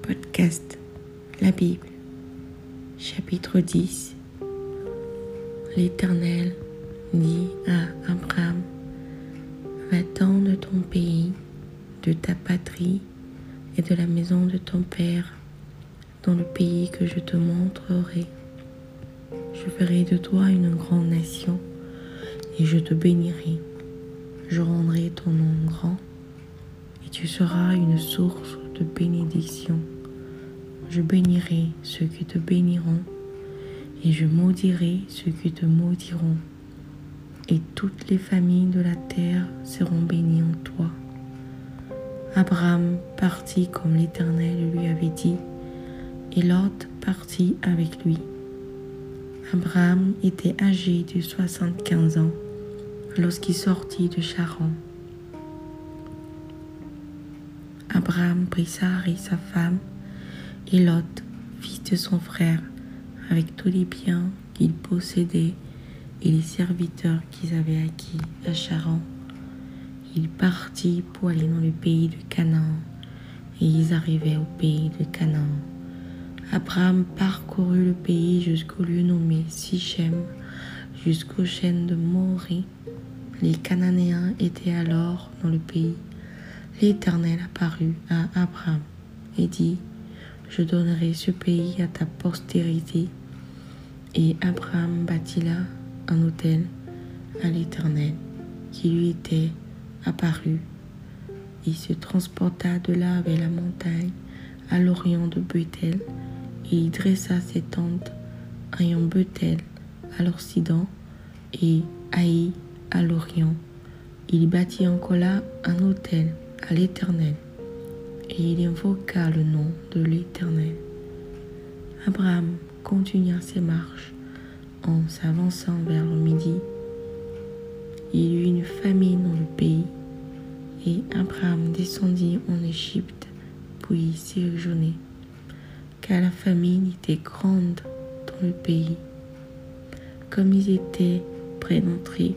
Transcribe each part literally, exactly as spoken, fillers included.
Podcast, la Bible, chapitre dix. L'Éternel dit à Abraham, va-t'en de ton pays, de ta patrie et de la maison de ton père, dans le pays que je te montrerai. Je ferai de toi une grande nation et je te bénirai. Je rendrai ton nom grand et tu seras une source de bénédiction. Je bénirai ceux qui te béniront et je maudirai ceux qui te maudiront. Et toutes les familles de la terre seront bénies en toi. Abraham partit comme l'Éternel lui avait dit, et Lot partit avec lui. Abraham était âgé de soixante-quinze ans lorsqu'il sortit de Charan. Abraham prit Sarai sa femme et Lot, fils de son frère, avec tous les biens qu'il possédait et les serviteurs qu'ils avaient acquis à Charan. Il partit pour aller dans le pays de Canaan, et ils arrivaient au pays de Canaan. Abraham parcourut le pays jusqu'au lieu nommé Sichem, jusqu'aux chaînes de Morée. Les Cananéens étaient alors dans le pays. L'Éternel apparut à Abraham et dit, je donnerai ce pays à ta postérité. Et Abraham bâtit là un autel à l'Éternel qui lui était apparu. Il se transporta de là vers la montagne à l'orient de Bethel et il dressa ses tentes ayant Bethel à l'occident et Haï à l'orient. Il bâtit encore là un autel à l'Éternel et il invoqua le nom de l'Éternel. Abraham continua ses marches en s'avançant vers le midi. Il y eut une famine dans le pays et Abraham descendit en Égypte pour y séjourner, car la famine était grande dans le pays. Comme ils étaient près d'entrer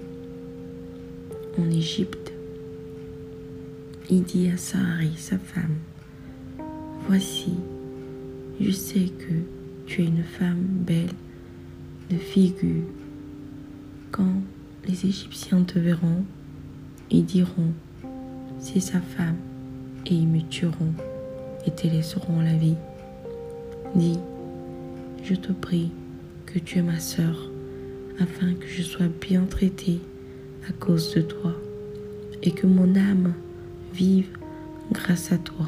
en Égypte, il dit à Sarai, sa femme, « Voici, je sais que tu es une femme belle de figure. Quand les Égyptiens te verront, ils diront, c'est sa femme, et ils me tueront et te laisseront la vie. Dis, je te prie que tu es ma sœur, afin que je sois bien traitée à cause de toi, et que mon âme vive grâce à toi. »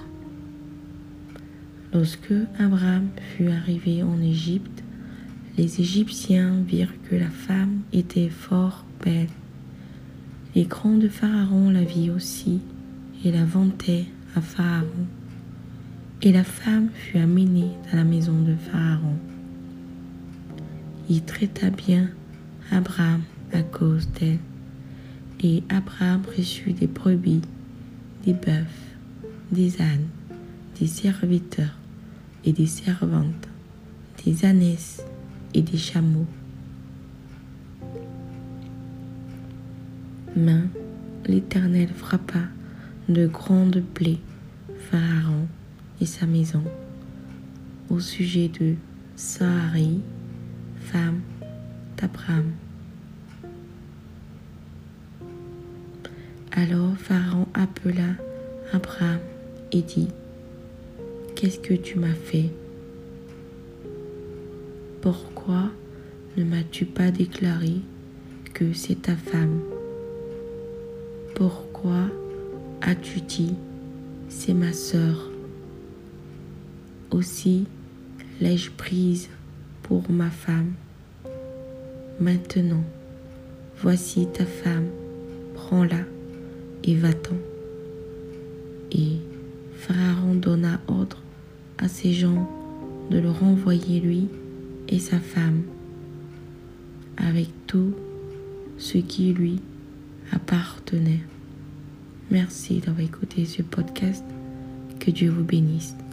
Lorsque Abraham fut arrivé en Égypte, les Égyptiens virent que la femme était fort belle. Les grands de Pharaon la virent aussi et la vantaient à Pharaon. Et la femme fut amenée dans la maison de Pharaon. Il traita bien Abraham à cause d'elle. Et Abraham reçut des brebis, des bœufs, des ânes, des serviteurs et des servantes, des ânesses et des chameaux. Mais l'Éternel frappa de grandes plaies Pharaon et sa maison au sujet de Sarai, femme d'Abraham. Alors Pharaon appela Abraham et dit, « Qu'est-ce que tu m'as fait? Pourquoi ne m'as-tu pas déclaré que c'est ta femme? Pourquoi as-tu dit, c'est ma sœur? Aussi l'ai-je prise pour ma femme. Maintenant, voici ta femme, prends-la et va-t'en. » Et Pharaon donna ordre à ses gens de le renvoyer lui et sa femme, avec tout ce qui lui appartenait. Merci d'avoir écouté ce podcast. Que Dieu vous bénisse.